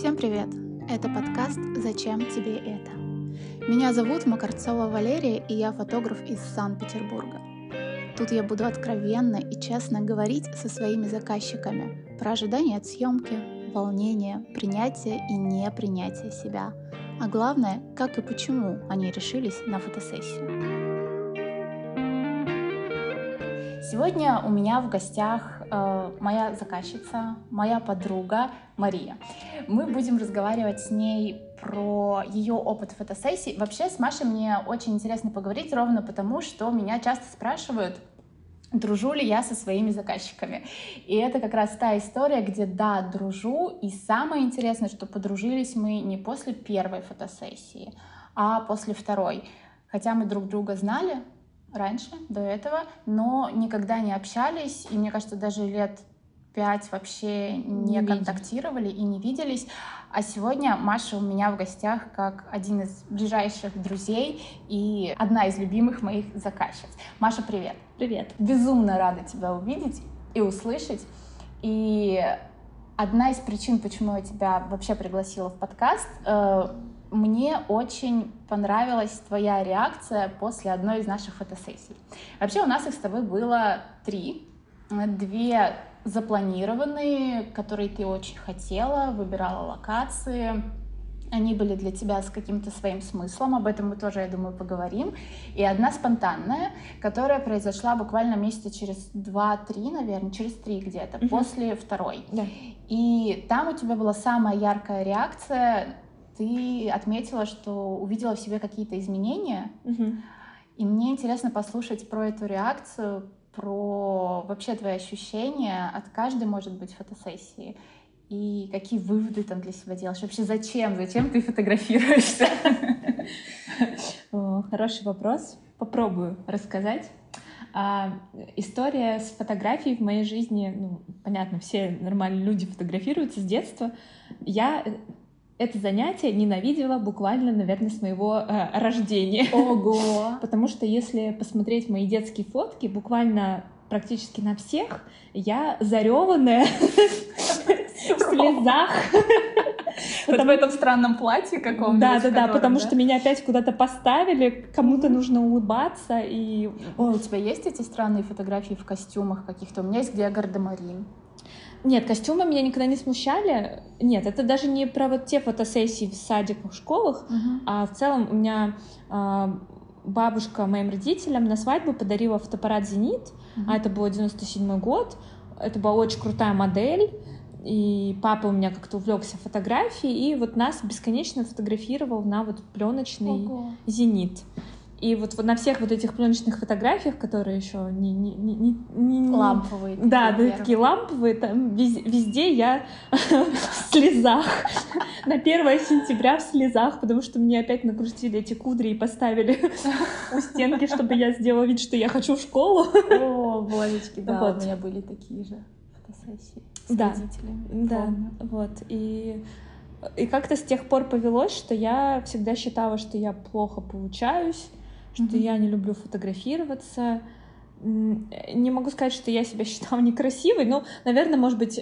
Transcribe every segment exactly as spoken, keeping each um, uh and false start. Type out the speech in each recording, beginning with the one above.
Всем привет! Это подкаст «Зачем тебе это?». Меня зовут Макарцова Валерия, и я фотограф из Санкт-Петербурга. Тут я буду откровенно и честно говорить со своими заказчиками про ожидания от съемки, волнение, принятие и непринятие себя, а главное, как и почему они решились на фотосессию. Сегодня у меня в гостях э, моя заказчица, моя подруга Мария. Мы будем разговаривать с ней про ее опыт фотосессий. Вообще с Машей мне очень интересно поговорить, ровно потому, что меня часто спрашивают, дружу ли я со своими заказчиками. И это как раз та история, где да, дружу. И самое интересное, что подружились мы не после первой фотосессии, а после второй. Хотя мы друг друга знали раньше, до этого, но никогда не общались, и мне кажется, даже лет пять вообще не, не контактировали и не виделись. А сегодня Маша у меня в гостях как один из ближайших друзей и одна из любимых моих заказчиц. Маша, привет! Привет! Безумно рада тебя увидеть и услышать. И одна из причин, почему я тебя вообще пригласила в подкаст, мне очень понравилась твоя реакция после одной из наших фотосессий. Вообще у нас их с тобой было три. Две запланированные, которые ты очень хотела, выбирала локации. Они были для тебя с каким-то своим смыслом, об этом мы тоже, я думаю, поговорим. И одна спонтанная, которая произошла буквально месяца через два-три, наверное, через три где-то, угу. после второй. Да. И там у тебя была самая яркая реакция. Ты отметила, что увидела в себе какие-то изменения, угу. и мне интересно послушать про эту реакцию, про вообще твои ощущения от каждой, может быть, фотосессии, и какие выводы там для себя делаешь. Вообще зачем? Зачем ты фотографируешься? Хороший вопрос. Попробую рассказать. А, история с фотографией в моей жизни, ну, понятно, все нормальные люди фотографируются с детства. Я это занятие ненавидела буквально, наверное, с моего э, рождения. Ого! Потому что если посмотреть мои детские фотки, буквально практически на всех я зареванная в слезах. Вот в этом странном платье каком-то. Да, да, да, потому что меня опять куда-то поставили, кому-то нужно улыбаться. И... О, у тебя есть эти странные фотографии в костюмах каких-то? У меня есть, где я гардемарин. Нет, костюмы меня никогда не смущали. Нет, это даже не про вот те фотосессии в садиках, в школах, uh-huh. а в целом у меня э, бабушка моим родителям на свадьбу подарила фотоаппарат «Зенит», uh-huh. а это был девяносто седьмой год, это была очень крутая модель, и папа у меня как-то увлекся фотографией, и вот нас бесконечно фотографировал на вот пленочный uh-huh. «Зенит». И вот, вот на всех вот этих пленочных фотографиях, которые еще не... не, не, не, не ламповые. Да, да, такие ламповые, там везде, везде я в слезах. На первое сентября в слезах, потому что мне опять накрутили эти кудри и поставили у стенки, чтобы я сделала вид, что я хочу в школу. О, божечки, да, у меня были такие же фотосессии с родителями. Да, вот, и... И как-то с тех пор повелось, что я всегда считала, что я плохо получаюсь, что mm-hmm. я не люблю фотографироваться. Не могу сказать, что я себя считала некрасивой, но, наверное, может быть...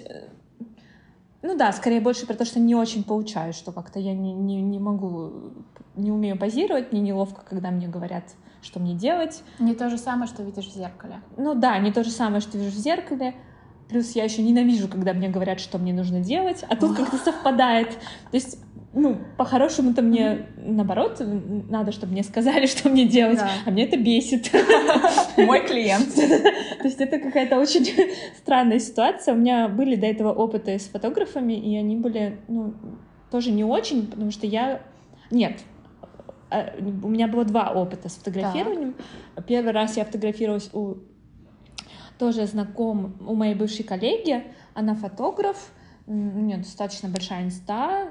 Ну да, скорее больше про то, что не очень получаюсь, что как-то я не, не, не могу, не умею позировать, мне неловко, когда мне говорят, что мне делать. Не то же самое, что видишь в зеркале. Ну да, не то же самое, что вижу в зеркале. Плюс я еще ненавижу, когда мне говорят, что мне нужно делать, а тут как-то совпадает. То есть, ну, по-хорошему-то мне, наоборот, надо, чтобы мне сказали, что мне делать, да. а мне это бесит. Мой клиент. То есть это какая-то очень странная ситуация. У меня были до этого опыты с фотографами, и они были, ну, тоже не очень, потому что я... Нет, у меня было два опыта с фотографированием. Да. Первый раз я фотографировалась у... тоже знаком у моей бывшей коллеги, она фотограф, у нее достаточно большая инста,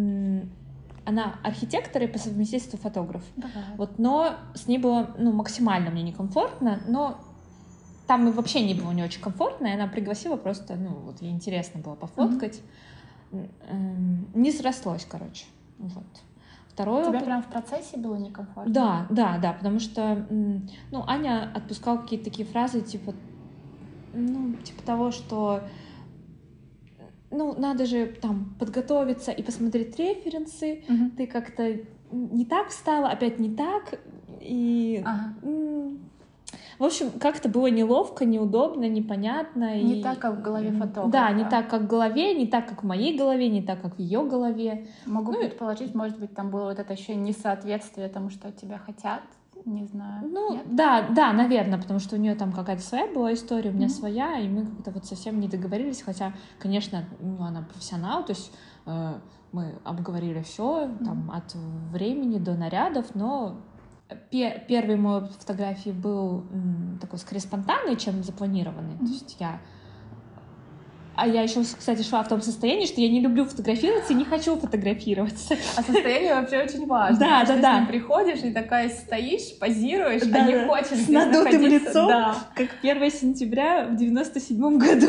она архитектор и по совместительству фотограф. Да. Вот, но с ней было ну, максимально мне некомфортно, но там и вообще не было не очень комфортно, и она пригласила просто, ну вот ей интересно было пофоткать. Mm-hmm. Не срослось, короче. Вот. Второе Тебе оп... прям в процессе было некомфортно? Да, да, да, потому что ну, Аня отпускала какие-то такие фразы, типа Ну, типа того, что ну, надо же там подготовиться и посмотреть референсы, Мгм. ты как-то не так встала, опять не так, и... Ага. м, В общем, как-то было неловко, неудобно, непонятно. Не и... так, как в голове фотографа. Да, не так, как в голове, не так, как в моей голове, не так, как в ее голове. Могу Ну и- предположить, может быть, там было вот это еще несоответствие тому, что от тебя хотят. Не знаю. Ну, Нет? да, да, наверное, потому что у нее там какая-то своя была история, у меня Мгм. своя, и мы как-то вот совсем не договорились, хотя, конечно, ну, она профессионал, то есть э, мы обговорили все, там, от времени до нарядов, но пе- первый мой опыт фотографии был м, такой скорее спонтанный, чем запланированный, то Мгм. есть я... А я еще, кстати, шла в том состоянии, что я не люблю фотографироваться и не хочу фотографироваться. А состояние вообще очень важно. Да, потому что да, ты да. с ним приходишь и такая стоишь, позируешь, Да, а не да. хочешь С здесь надутым находиться. лицом. Да. Как первое сентября в девяносто седьмом году.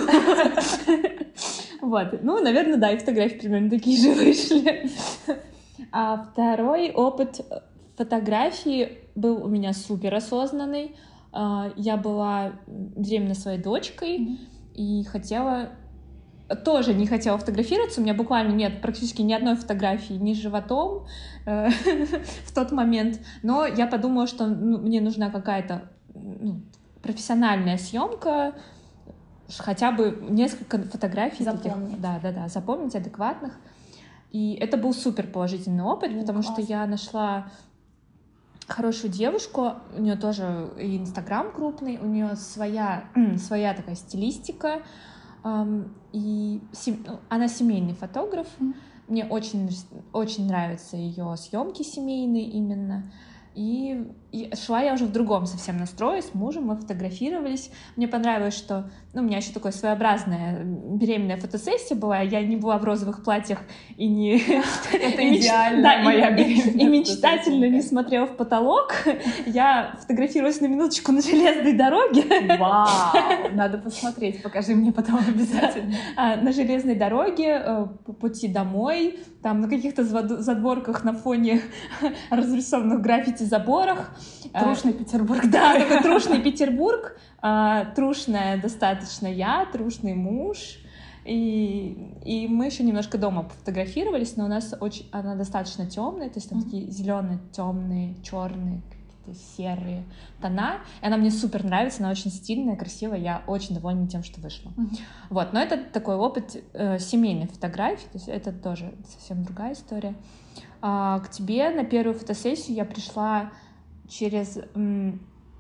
Вот. Ну, наверное, да, и фотографии примерно такие же вышли. А второй опыт фотографии был у меня супер осознанный. А, Я была беременна своей дочкой Мгм. и хотела... Тоже не хотела фотографироваться. У меня буквально нет практически ни одной фотографии ни с животом э, в тот момент. Но я подумала, что ну, мне нужна какая-то ну, профессиональная съемка, хотя бы несколько фотографий таких, Запомнить. да, да, да, запомнить адекватных. И это был супер положительный опыт, Ну, потому класс. что я нашла хорошую девушку, у нее тоже и Инстаграм крупный, у нее своя, своя такая стилистика, ам, и сем- ну, она семейный фотограф. Мгм. Мне очень, очень нравятся ее съемки семейные именно. И, и шла я уже в другом совсем настрое, с мужем мы фотографировались. Мне понравилось, что ну, у меня еще такая своеобразная беременная фотосессия была. Я не была в розовых платьях и не... Это и меч- идеальная да, и- моя и- беременная И мечтательно фотосессия. не смотрела в потолок. Я фотографировалась на минуточку на железной дороге. Вау! Надо посмотреть, покажи мне потом обязательно. А, на железной дороге э, по пути домой, там на каких-то зад- задворках на фоне разрисованных граффити заборах. А, Трушный Петербург. Да, такой трушный Петербург, а, трушная достаточно я, трушный муж. И, и мы еще немножко дома пофотографировались, но у нас очень, она достаточно темная, то есть там Мгм. такие зеленые, темные, черные, какие-то серые тона. И она мне супер нравится, она очень стильная, красивая, я очень довольна тем, что вышла. Мгм. Вот, но это такой опыт э, семейной фотографии, то есть это тоже совсем другая история. А, к тебе на первую фотосессию я пришла через м,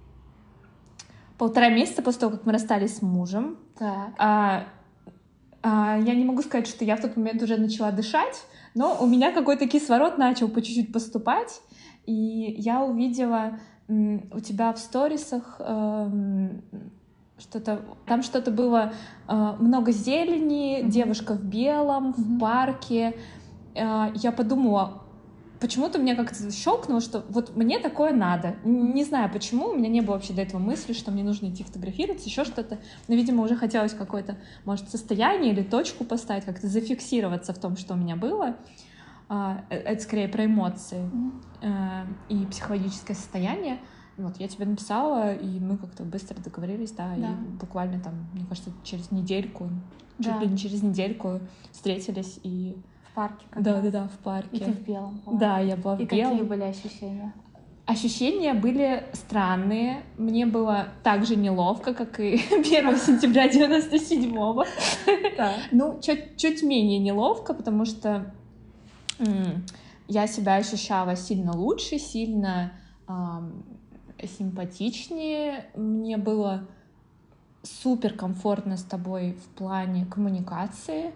полтора месяца после того, как мы расстались с мужем. Так. А, а, я не могу сказать, что я в тот момент уже начала дышать, но у меня какой-то кислород начал по чуть-чуть поступать, и я увидела м, у тебя в сторисах эм, что-то, там что-то было, э, много зелени, Мгм. девушка в белом, в Мгм. парке. Э, я подумала, почему-то мне как-то щелкнуло, что вот мне такое надо. Н- Не знаю почему, у меня не было вообще до этого мысли, что мне нужно идти фотографироваться, еще что-то. Но, видимо, уже хотелось какое-то, может, состояние или точку поставить, как-то зафиксироваться в том, что у меня было. А, э, Это скорее про эмоции Мгм. э, и психологическое состояние. Вот, я тебе написала, и мы как-то быстро договорились, да, Да. и буквально там, мне кажется, через недельку, чуть Да. ли не через недельку встретились, и В парке. как да, раз. да, да, в И ты парке. в белом. была. Да, я была в И белом. какие были ощущения? Ощущения были странные. Мне было так же неловко, как и первого сентября девяносто седьмого. Так. Ну, чуть, чуть менее неловко, потому что м, я себя ощущала сильно лучше, сильно ам, симпатичнее. Мне было супер комфортно с тобой в плане коммуникации.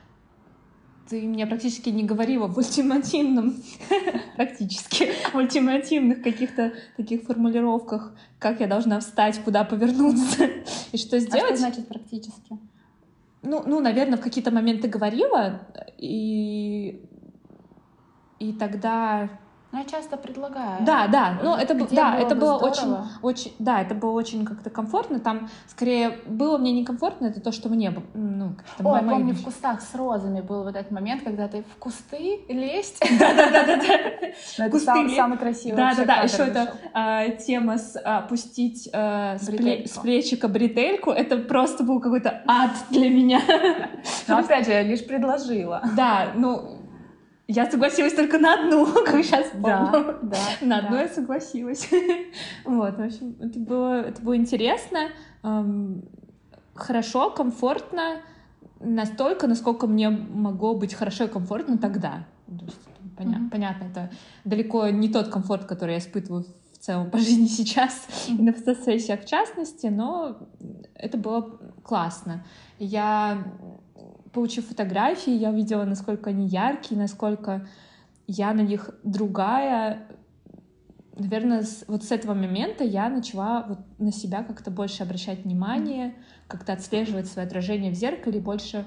Ты мне практически не говорила в ультимативном, практически в ультимативных каких-то таких формулировках, как я должна встать, куда повернуться и что А сделать. что значит практически? Ну, ну, наверное, в какие-то моменты говорила, и, и тогда Ну, я часто предлагаю. Да, да, ну это, Где да, было это бы было здорово. очень, очень, да, это было очень как-то комфортно. Там скорее было мне некомфортно, это то, что мне, ну, как-то О, я мои помню, душ- в кустах с розами был вот этот момент, когда ты в кусты лезть. Да-да-да-да. Это Кусты сам- ле- самый красивый Да, вообще да, да. кадр Еще это вышел. а, тема с опустить а, с, пле- Бретельку. с плечика бретельку. Это просто был какой-то ад для меня. Но опять же, я лишь предложила. Да, ну я согласилась только на одну, как сейчас Да, помню. да. На одну да. я согласилась. Вот, в общем, это было, это было интересно, эм, хорошо, комфортно, настолько, насколько мне могло быть хорошо и комфортно тогда. То есть, поня- Мгм. Понятно, это далеко не тот комфорт, который я испытываю в целом по жизни сейчас, и на фотосессиях в частности, но это было классно. Я, получив фотографии, я увидела, насколько они яркие, насколько я на них другая. Наверное, с, вот с этого момента я начала вот на себя как-то больше обращать внимание, как-то отслеживать свое отражение в зеркале, больше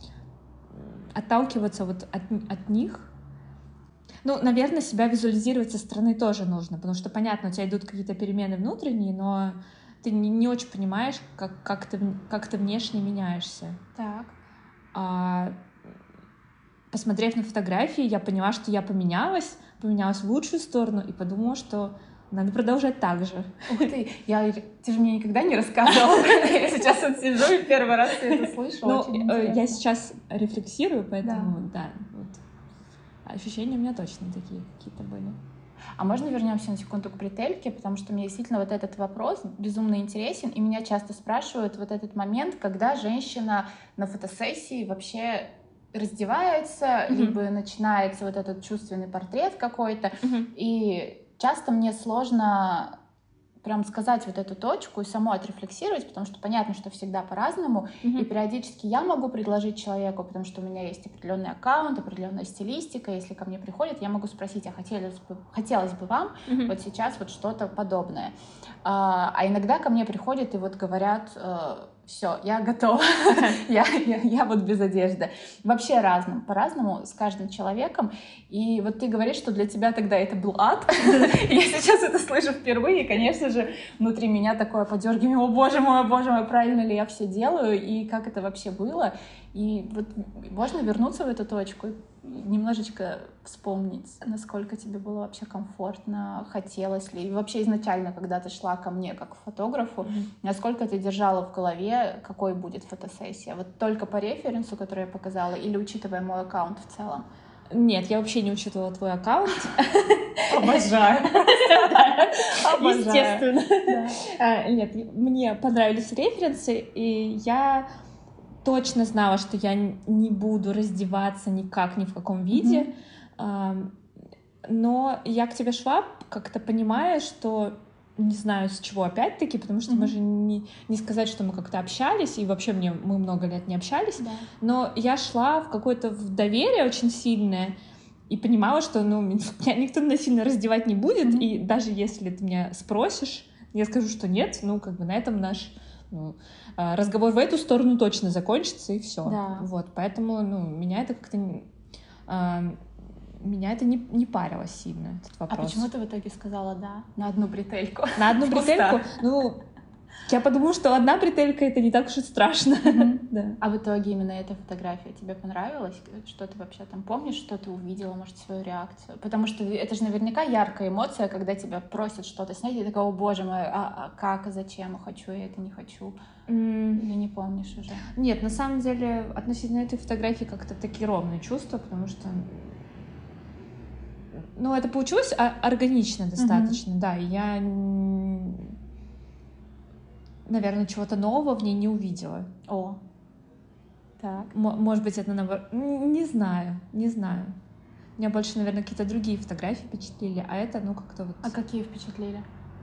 отталкиваться вот от, от них. Ну, наверное, себя визуализировать со стороны тоже нужно, потому что, понятно, у тебя идут какие-то перемены внутренние, но ты не, не очень понимаешь, как, как, ты, как ты внешне меняешься. Так. А, посмотрев на фотографии, я поняла, что я поменялась, поменялась в лучшую сторону и подумала, что надо продолжать так же. Ух ты, я, ты же мне никогда не рассказывала. Я сейчас вот сижу и первый раз это слышу. Ну, Очень э, я интересно. сейчас рефлексирую, поэтому, да, вот. Ощущения у меня точно такие какие-то были. А можно вернемся на секунду к бретельке, потому что мне действительно вот этот вопрос безумно интересен, и меня часто спрашивают вот этот момент, когда женщина на фотосессии вообще раздевается, Mm-hmm. либо начинается вот этот чувственный портрет какой-то, Mm-hmm. и часто мне сложно прям сказать вот эту точку и самой отрефлексировать, потому что понятно, что всегда по-разному, Mm-hmm. и периодически я могу предложить человеку, потому что у меня есть определенный аккаунт, определенная стилистика, если ко мне приходят, я могу спросить, а хотелось бы, хотелось бы вам Mm-hmm. вот сейчас вот что-то подобное. А, а иногда ко мне приходят и вот говорят, все, я готова, я, я, я вот без одежды. Вообще разным, по-разному с каждым человеком. И вот ты говоришь, что для тебя тогда это был ад. Я сейчас это слышу впервые, и, конечно же, внутри меня такое подергивание: о боже мой, о боже мой, правильно ли я все делаю, и как это вообще было. И вот можно вернуться в эту точку и немножечко вспомнить, насколько тебе было вообще комфортно, хотелось ли. И вообще изначально, когда ты шла ко мне как к фотографу, mm-hmm. насколько ты держала в голове, какой будет фотосессия? Вот только по референсу, который я показала, или учитывая мой аккаунт в целом? Нет, я вообще не учитывала твой аккаунт. Обожаю. Естественно. Нет, мне понравились референсы, и я точно знала, что я не буду раздеваться никак, ни в каком виде. Но я к тебе шла, как-то понимая, что не знаю, с чего опять-таки, потому что mm-hmm. мы же не, не сказать, что мы как-то общались, и вообще мне, мы много лет не общались, да. но я шла в какое-то в доверие очень сильное и понимала, что ну, меня никто насильно раздевать не будет, mm-hmm. и даже если ты меня спросишь, я скажу, что нет, ну, как бы на этом наш ну, разговор в эту сторону точно закончится, и все. Да. Вот, поэтому, ну, меня это как-то... Меня это не, не парило сильно, этот вопрос. А почему ты в итоге сказала «да» на одну бретельку? На одну бретельку? Ну, я подумала, что одна бретелька — это не так уж и страшно. Mm-hmm. Да. А в итоге именно эта фотография тебе понравилась? Что ты вообще там помнишь, что ты увидела, может, свою реакцию? Потому что это же наверняка яркая эмоция, когда тебя просят что-то снять, и ты такая: о боже мой, а, а как, а зачем, хочу я это, не хочу. Mm. Или не помнишь уже? Нет, на самом деле относительно этой фотографии как-то такие ровные чувства, потому что ну, это получилось органично достаточно, mm-hmm. да, и я, наверное, чего-то нового в ней не увидела. О, так. М- может быть, это наоборот... Не знаю, не знаю. Меня больше, наверное, какие-то другие фотографии впечатлили, а это, ну, как-то вот... А какие впечатлили?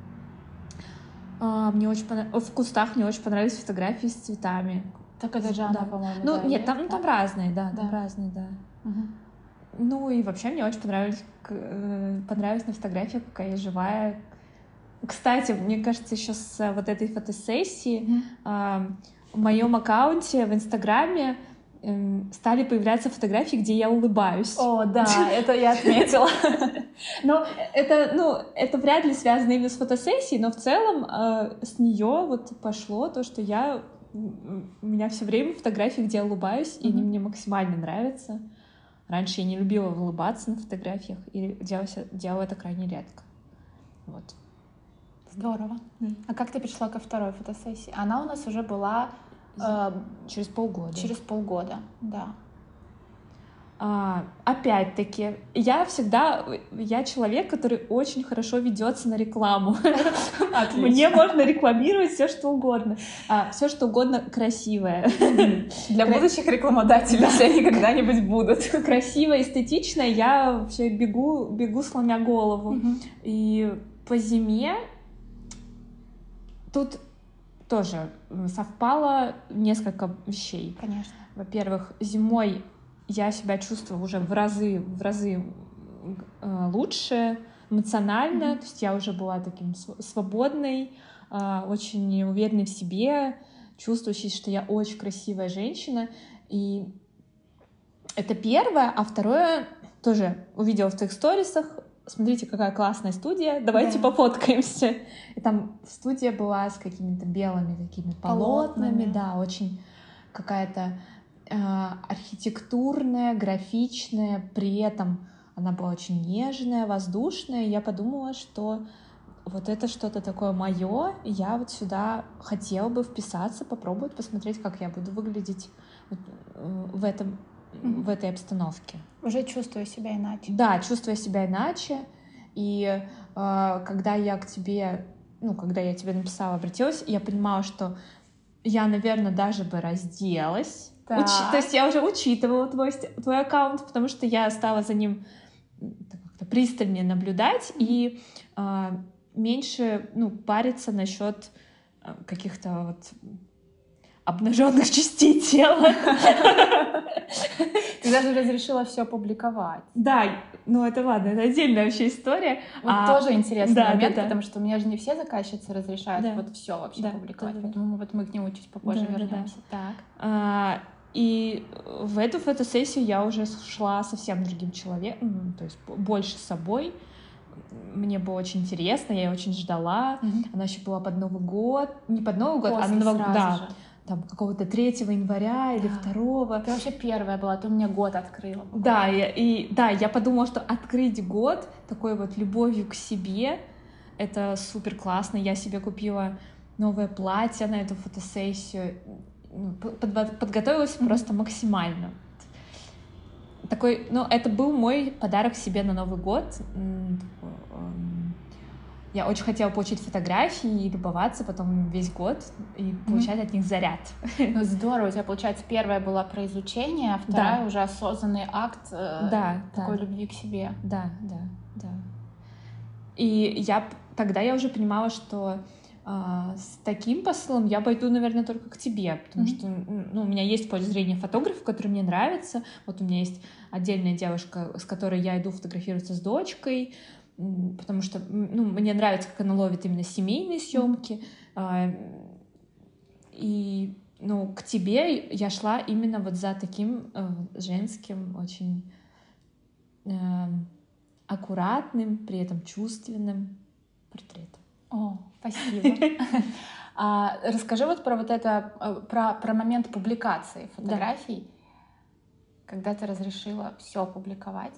А, мне очень понравилось... В кустах мне очень понравились фотографии с цветами. Так это же она, да. по-моему, Ну, да, нет, там, ну, там разные, да, да, там разные, да. Угу. Ну и вообще мне очень понравилось, понравилась на фотографии, какая я живая. Кстати, мне кажется, еще с вот этой фотосессии mm-hmm. в моем аккаунте в Инстаграме эм, стали появляться фотографии, где я улыбаюсь. О, да, это я отметила. Но это, ну, это вряд ли связано именно с фотосессией, но в целом э, с нее вот пошло то, что я... У меня все время фотографии, где я улыбаюсь, и они мне максимально нравятся. Раньше я не любила улыбаться на фотографиях, и делала, делала это крайне редко. Вот. Здорово. Mm. А как ты пришла ко второй фотосессии? Она у нас уже была... Э, через полгода. Через полгода, да. А, опять-таки, я всегда, я человек, который очень хорошо ведется на рекламу. Мне можно рекламировать все что угодно, а, все что угодно красивое. Для будущих рекламодателей, если они когда-нибудь будут. Красиво, эстетично, я вообще бегу, бегу сломя голову. И по зиме тут тоже совпало несколько вещей. Конечно. Во-первых, зимой я себя чувствую уже в разы, в разы э, лучше эмоционально, mm-hmm. то есть я уже была таким свободной, э, очень уверенной в себе, чувствующей, что я очень красивая женщина. И это первое. А второе, тоже увидела в твоих сторисах, смотрите, какая классная студия, давайте yeah. пофоткаемся. И там студия была с какими-то белыми такими полотнами, полотнами. Да, очень какая-то архитектурная, графичная, при этом она была очень нежная, воздушная. И я подумала, что вот это что-то такое мое, и я вот сюда хотела бы вписаться, попробовать посмотреть, как я буду выглядеть в этом, mm-hmm. в этой обстановке. Уже чувствую себя иначе. Да, чувствую себя иначе. И э, когда я к тебе, ну, когда я тебе написала, обратилась, я понимала, что я, наверное, даже бы разделась. Уч... То есть я уже учитывала твой, твой аккаунт, потому что я стала за ним как-то пристальнее наблюдать и э, меньше, ну, париться насчет э, каких-то вот обнаженных частей тела. Ты даже разрешила все публиковать. Да, ну это ладно, это отдельная вообще история. Вот а, тоже интересный да, момент, да, да. потому что у меня же не все заказчицы разрешают да. вот все вообще да, публиковать, да, да, поэтому да. вот мы к нему чуть попозже да, вернемся. Да, да. Так. А, и в эту фотосессию я уже шла совсем другим человеком, то есть больше собой. Мне было очень интересно, я ее очень ждала. Mm-hmm. Она еще была под Новый год, не под Новый год, После а на Новый год, да, же. Там какого-то третьего января или второго. Ты вообще первая была, ты мне год открыла. Да, я, и да, я подумала, что открыть год такой вот любовью к себе, это супер классно. Я себе купила новое платье на эту фотосессию, под, подготовилась mm-hmm. просто максимально. Такой, ну, это был мой подарок себе на Новый год. Я очень хотела получить фотографии и любоваться потом весь год и получать mm-hmm. от них заряд. Ну, здорово. У тебя, получается, первая была про изучение, а вторая да. уже осознанный акт э, да, такой да. любви к себе. Да, да, да. И я тогда я уже понимала, что э, с таким посылом я пойду, наверное, только к тебе, потому mm-hmm. что ну, у меня есть в поле зрения фотограф, который мне нравится. Вот у меня есть отдельная девушка, с которой я иду фотографироваться с дочкой, потому что ну, мне нравится, как она ловит именно семейные съемки. Mm-hmm. И ну, к тебе я шла именно вот за таким э, женским, очень э, аккуратным, при этом чувственным портретом. О, спасибо. А, расскажи вот про вот это, про, про момент публикации фотографий, да. когда ты разрешила все публиковать.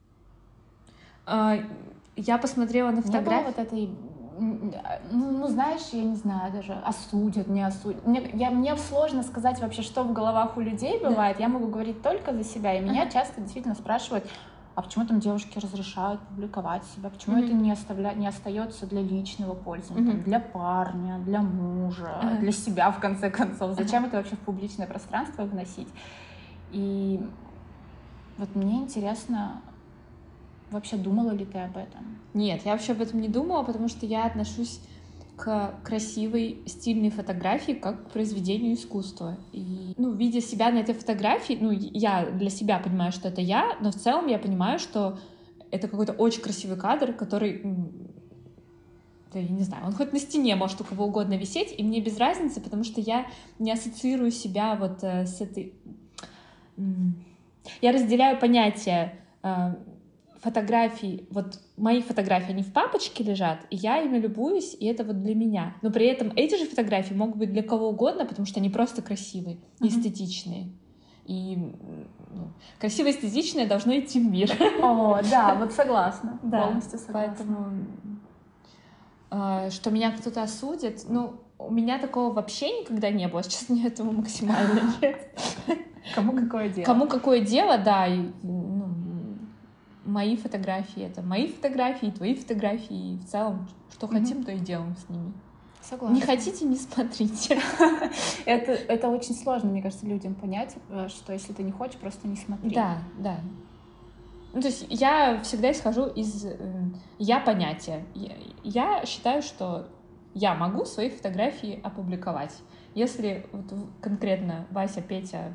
А, я посмотрела на фотографии. Не было вот этой, ну, ну, знаешь, я не знаю даже, осудят, не осудят. Мне, я, мне сложно сказать вообще, что в головах у людей бывает. Да. Я могу говорить только за себя. И меня ага. часто действительно спрашивают, а почему там девушки разрешают публиковать себя? Почему mm-hmm. это не, оставля... не остается для личного пользования, mm-hmm. там, для парня, для мужа, uh-huh. для себя, в конце концов? Зачем uh-huh. это вообще в публичное пространство вносить? И вот мне интересно, вообще думала ли ты об этом? Нет, я вообще об этом не думала, потому что я отношусь к красивой, стильной фотографии как к произведению искусства. И, ну, видя себя на этой фотографии, ну, я для себя понимаю, что это я, но в целом я понимаю, что это какой-то очень красивый кадр, который, да, я не знаю, он хоть на стене может у кого угодно висеть, и мне без разницы, потому что я не ассоциирую себя вот с этой я разделяю понятие э, фотографий, вот мои фотографии, они в папочке лежат, и я ими любуюсь, и это вот для меня. Но при этом эти же фотографии могут быть для кого угодно, потому что они просто красивые, mm-hmm. эстетичные. И ну, красивое эстетичное должно идти в мир. О, да, вот согласна, да, полностью согласна. Поэтому, э, что меня кто-то осудит, ну, у меня такого вообще никогда не было, сейчас мне этого максимально нет. Кому какое дело? Кому какое дело, да, и, ну, мои фотографии — это мои фотографии, твои фотографии, и в целом, что mm-hmm. хотим, то и делаем с ними. Согласна. Не хотите — не смотрите. это, это очень сложно, мне кажется, людям понять, что если ты не хочешь, просто не смотри. Да, да. Ну, то есть я всегда исхожу из «я» понятия. Я, я считаю, что я могу свои фотографии опубликовать. Если вот конкретно Вася, Петя,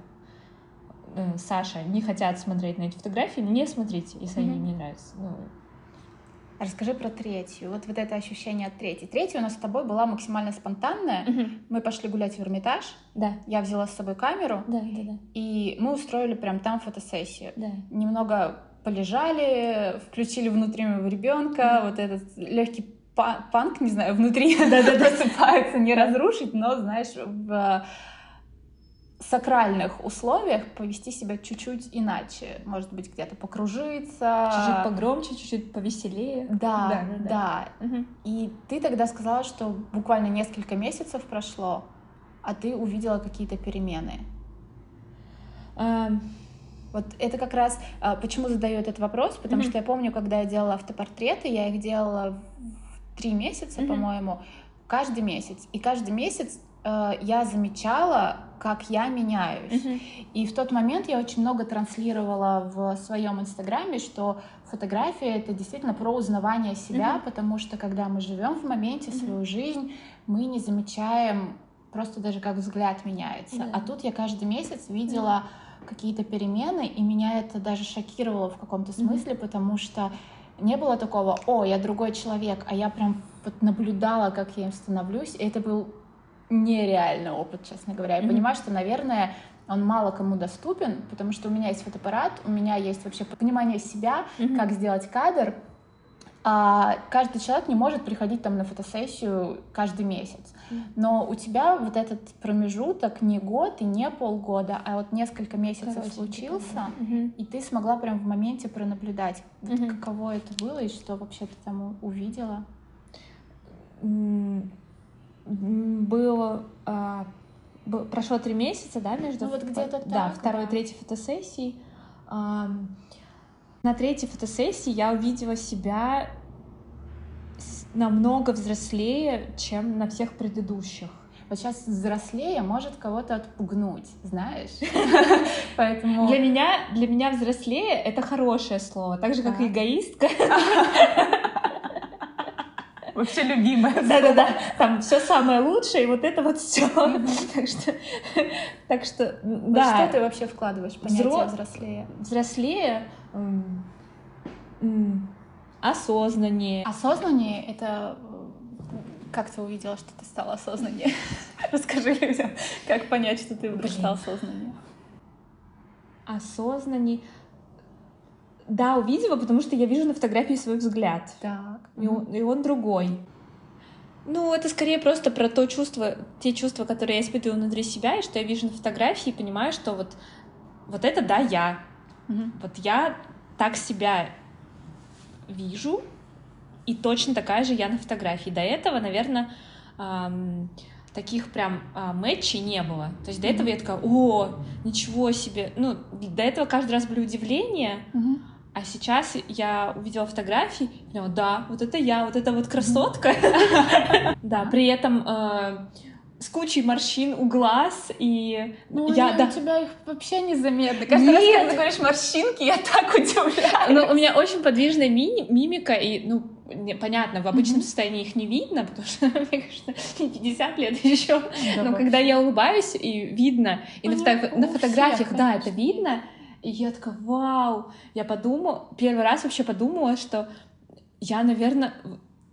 Саша не хотят смотреть на эти фотографии, не смотрите, если mm-hmm. они им не нравятся. Ну... Расскажи про третью. Вот, вот это ощущение от третьей. Третья у нас с тобой была максимально спонтанная. Mm-hmm. Мы пошли гулять в Эрмитаж. Да. Я взяла с собой камеру. Да, да, да. И мы устроили прям там фотосессию. Да. Немного полежали, включили внутреннего ребенка, mm-hmm. вот этот легкий панк, не знаю, внутри просыпается, не разрушить, но, знаешь, в сакральных условиях повести себя чуть-чуть иначе. Может быть, где-то покружиться. Чуть-чуть погромче, чуть-чуть повеселее. Да, да, да. да. Угу. И ты тогда сказала, что буквально несколько месяцев прошло, а ты увидела какие-то перемены. А... Вот это как раз... Почему задаю этот вопрос? Потому угу. что я помню, когда я делала автопортреты, я их делала в три месяца, угу. по-моему, каждый месяц. И каждый месяц я замечала, как я меняюсь. Uh-huh. И в тот момент я очень много транслировала в своем инстаграме, что фотография — это действительно про узнавание себя, uh-huh. потому что когда мы живем в моменте, uh-huh. свою жизнь, мы не замечаем просто даже, как взгляд меняется. Uh-huh. А тут я каждый месяц видела uh-huh. какие-то перемены, и меня это даже шокировало в каком-то смысле, uh-huh. потому что не было такого: «О, я другой человек», а я прям вот наблюдала, как я им становлюсь, и это был нереальный опыт, честно говоря. Я mm-hmm. понимаю, что, наверное, он мало кому доступен, потому что у меня есть фотоаппарат, у меня есть вообще понимание себя, mm-hmm. как сделать кадр, а каждый человек не может приходить там на фотосессию каждый месяц. Mm-hmm. Но у тебя вот этот промежуток не год и не полгода, а вот несколько месяцев Короче, случился, mm-hmm. и ты смогла прям в моменте пронаблюдать. Вот mm-hmm. каково это было и что вообще ты там увидела? Mm-hmm. Было, а, было прошло три месяца, да, между ну, вот где-то да, так, второй и да. третьей фотосессией. А, на третьей фотосессии я увидела себя намного взрослее, чем на всех предыдущих. Вот сейчас взрослее может кого-то отпугнуть, знаешь? Поэтому для меня для меня взрослее — это хорошее слово, так же как и эгоистка. Вообще любимая. Да-да-да, там все самое лучшее, и вот это вот все. Mm-hmm. так что, так что, вот да. Что ты вообще вкладываешь в понятие Взро... взрослее? Взрослее, м- м- осознаннее. Осознаннее — это как ты увидела, что ты стала осознаннее? Расскажи людям, как понять, что ты вдруг стала осознаннее. Осознаннее. Да, увидела, потому что я вижу на фотографии свой взгляд. Так. И он, и он другой. Ну, это скорее просто про то чувство, те чувства, которые я испытываю внутри себя, и что я вижу на фотографии, и понимаю, что вот, вот это, да, я. Mm-hmm. Вот я так себя вижу, и точно такая же я на фотографии. До этого, наверное, эм, таких прям э, мэтчей не было. То есть до mm-hmm. этого я такая: о, ничего себе. Ну, до этого каждый раз были удивления, mm-hmm. а сейчас я увидела фотографии и поняла: да, вот это я, вот это вот красотка. Да, при этом с кучей морщин у глаз, и ну, я, они, да. у тебя их вообще незаметно. Каждый раз, когда ты говоришь морщинки, я так удивляюсь. Ну, у меня очень подвижная ми- мимика, и, ну, понятно, в обычном mm-hmm. состоянии их не видно, потому что, мне кажется, пятьдесят лет еще. Да, но вообще. Когда я улыбаюсь, и видно, и ну, на, фото- на фотографиях, всех, да, это видно, и я такая: вау! Я подумала, первый раз вообще подумала, что я, наверное,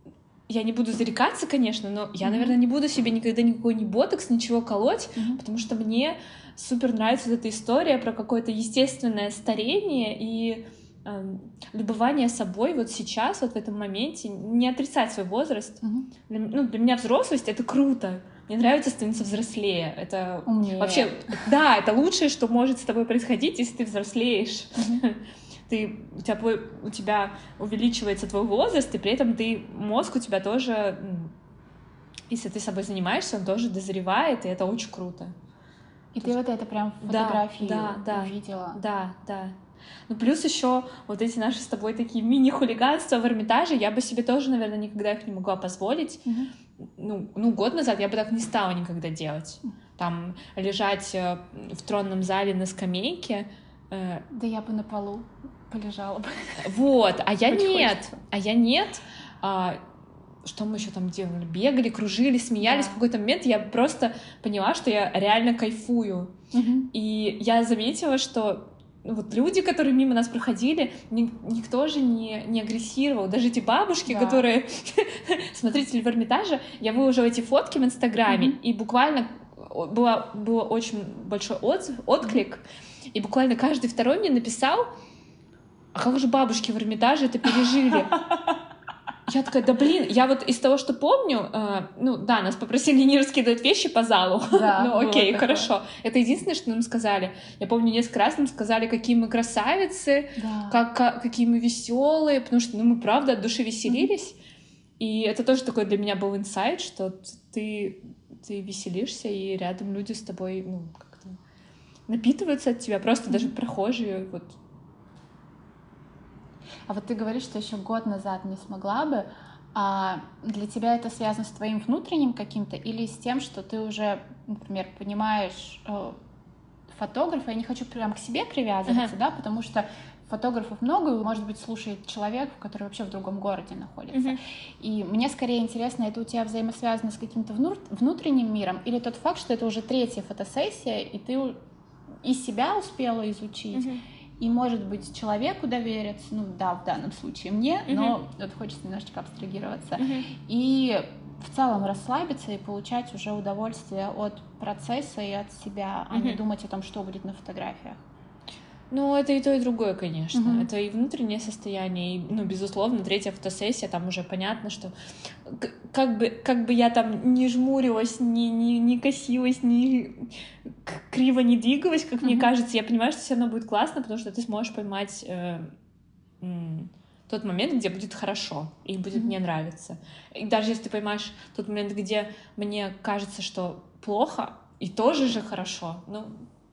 я не буду зарекаться, конечно, но я, Mm-hmm. наверное, не буду себе никогда никакой ни ботокс, ничего колоть, Mm-hmm. потому что мне супер нравится вот эта история про какое-то естественное старение и э, любование собой вот сейчас, вот в этом моменте, не отрицать свой возраст. Mm-hmm. Для, ну, для меня взрослость — это круто. Мне нравится становиться взрослее. Это Умнее. Вообще, да, это лучшее, что может с тобой происходить, если ты взрослеешь. Mm-hmm. Ты, у, тебя, у тебя увеличивается твой возраст, и при этом ты, мозг у тебя тоже, если ты собой занимаешься, он тоже дозревает, и это очень круто. И ты вот это прям в фотографии да, да, увидела? Да, да. Ну, плюс еще вот эти наши с тобой такие мини-хулиганства в Эрмитаже, я бы себе тоже, наверное, никогда их не могла позволить. Mm-hmm. Ну, ну, год назад я бы так не стала никогда делать. Там лежать в тронном зале на скамейке. Э... Да я бы на полу полежала бы. Вот, а я Очень нет, хочется. а я нет. А, что мы еще там делали? Бегали, кружили, смеялись. Да. В какой-то момент я просто поняла, что я реально кайфую. Mm-hmm. И я заметила, что вот люди, которые мимо нас проходили, ни, никто же не, не агрессировал. Даже эти бабушки, да. которые смотрители в Эрмитаже, я выложила эти фотки в Инстаграме, mm-hmm. и буквально было, было очень большой отзыв, отклик, mm-hmm. и буквально каждый второй мне написал: а как же бабушки в Эрмитаже это пережили? Я такая, да блин, я вот из того, что помню, э, ну да, нас попросили не раскидывать вещи по залу, да, ну окей, такое. Хорошо. Это единственное, что нам сказали. Я помню, несколько раз нам сказали, какие мы красавицы, да. как, как, какие мы веселые, потому что ну, мы правда от души веселились. Mm-hmm. И это тоже такой для меня был инсайт, что ты, ты веселишься, и рядом люди с тобой ну, как-то напитываются от тебя, просто mm-hmm. даже прохожие, вот. А вот ты говоришь, что еще год назад не смогла бы, а для тебя это связано с твоим внутренним каким-то или с тем, что ты уже, например, понимаешь э, фотографа, я не хочу прям к себе привязываться, uh-huh. да, потому что фотографов много, и, может быть, слушает человек, который вообще в другом городе находится. Uh-huh. И мне скорее интересно, это у тебя взаимосвязано с каким-то внутренним миром или тот факт, что это уже третья фотосессия, и ты и себя успела изучить, uh-huh. и, может быть, человеку довериться, ну да, в данном случае мне, uh-huh. но вот хочется немножечко абстрагироваться, uh-huh. и в целом расслабиться и получать уже удовольствие от процесса и от себя, uh-huh. а не думать о том, что будет на фотографиях. Ну, это и то, и другое, конечно. Uh-huh. Это и внутреннее состояние, и, ну, безусловно, третья фотосессия, там уже понятно, что как бы, как бы я там не жмурилась, не, не, не косилась, не криво не двигалась, как uh-huh. мне кажется, я понимаю, что все равно будет классно, потому что ты сможешь поймать э, м, тот момент, где будет хорошо и будет uh-huh. мне нравиться. И даже если ты поймаешь тот момент, где мне кажется, что плохо, и тоже же хорошо, ну...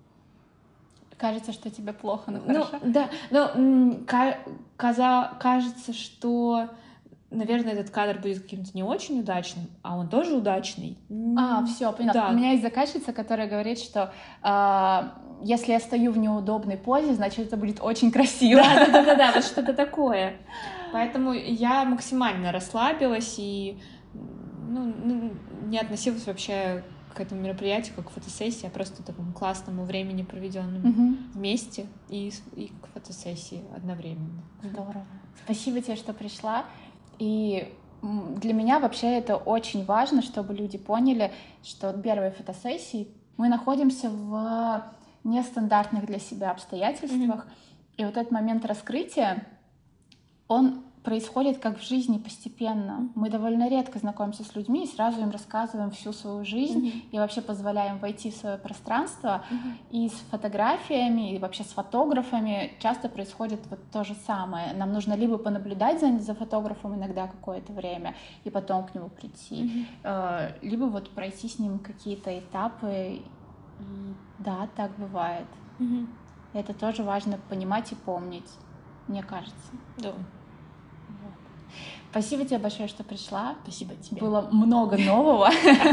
Кажется, что тебе плохо, но хорошо. Ну, да, но каза, кажется, что, наверное, этот кадр будет каким-то не очень удачным, а он тоже удачный. А, все, поняла. Да. У меня есть заказчица, которая говорит, что э, если я стою в неудобной позе, значит, это будет очень красиво. Да-да-да, вот что-то такое. Поэтому я максимально расслабилась и ну, не относилась вообще к этому мероприятию, как к фотосессии, а просто такому классному времени, проведенному uh-huh. вместе, и, и к фотосессии одновременно. Здорово. Спасибо тебе, что пришла. И для меня вообще это очень важно, чтобы люди поняли, что от первой фотосессии мы находимся в нестандартных для себя обстоятельствах. Uh-huh. И вот этот момент раскрытия, он происходит как в жизни постепенно. Мы довольно редко знакомимся с людьми и сразу им рассказываем всю свою жизнь mm-hmm. и вообще позволяем войти в свое пространство. Mm-hmm. И с фотографиями, и вообще с фотографами часто происходит вот то же самое. Нам нужно либо понаблюдать за, за фотографом иногда какое-то время и потом к нему прийти, mm-hmm. либо вот пройти с ним какие-то этапы. И да, так бывает. Mm-hmm. Это тоже важно понимать и помнить, мне кажется. Да. Спасибо тебе большое, что пришла. Спасибо тебе. Было много нового.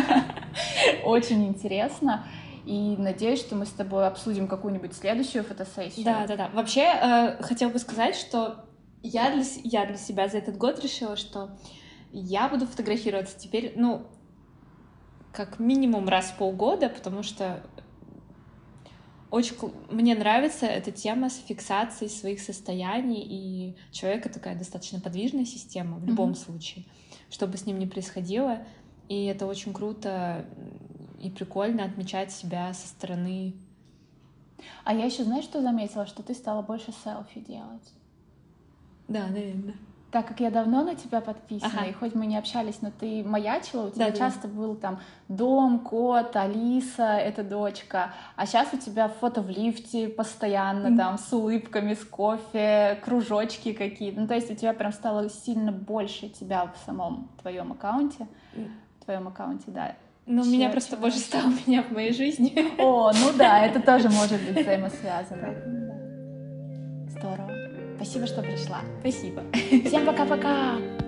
Очень интересно. И надеюсь, что мы с тобой обсудим какую-нибудь следующую фотосессию. Да, да, да. Вообще, э, хотела бы сказать, что я для, я для себя за этот год решила, что я буду фотографироваться теперь, ну, как минимум раз в полгода, потому что очень кл- мне нравится эта тема с фиксацией своих состояний, и человека такая достаточно подвижная система в любом Мгм. случае, что бы с ним ни происходило, и это очень круто и прикольно отмечать себя со стороны. А я еще, знаешь, что заметила? Что ты стала больше селфи делать. Да, наверное. Так как я давно на тебя подписана, Ага. и хоть мы не общались, но ты маячила, у тебя Да-да-да. часто был там дом, кот, Алиса, это дочка, а сейчас у тебя фото в лифте постоянно, Мгм. там, с улыбками, с кофе, кружочки какие-то. Ну, то есть у тебя прям стало сильно больше тебя в самом твоем аккаунте, в твоем аккаунте, да. Ну, Чё- меня просто чего больше ещё? стало меня в моей жизни. О, ну да, это тоже может быть взаимосвязано. Здорово. Спасибо, что пришла. Спасибо. Всем пока-пока!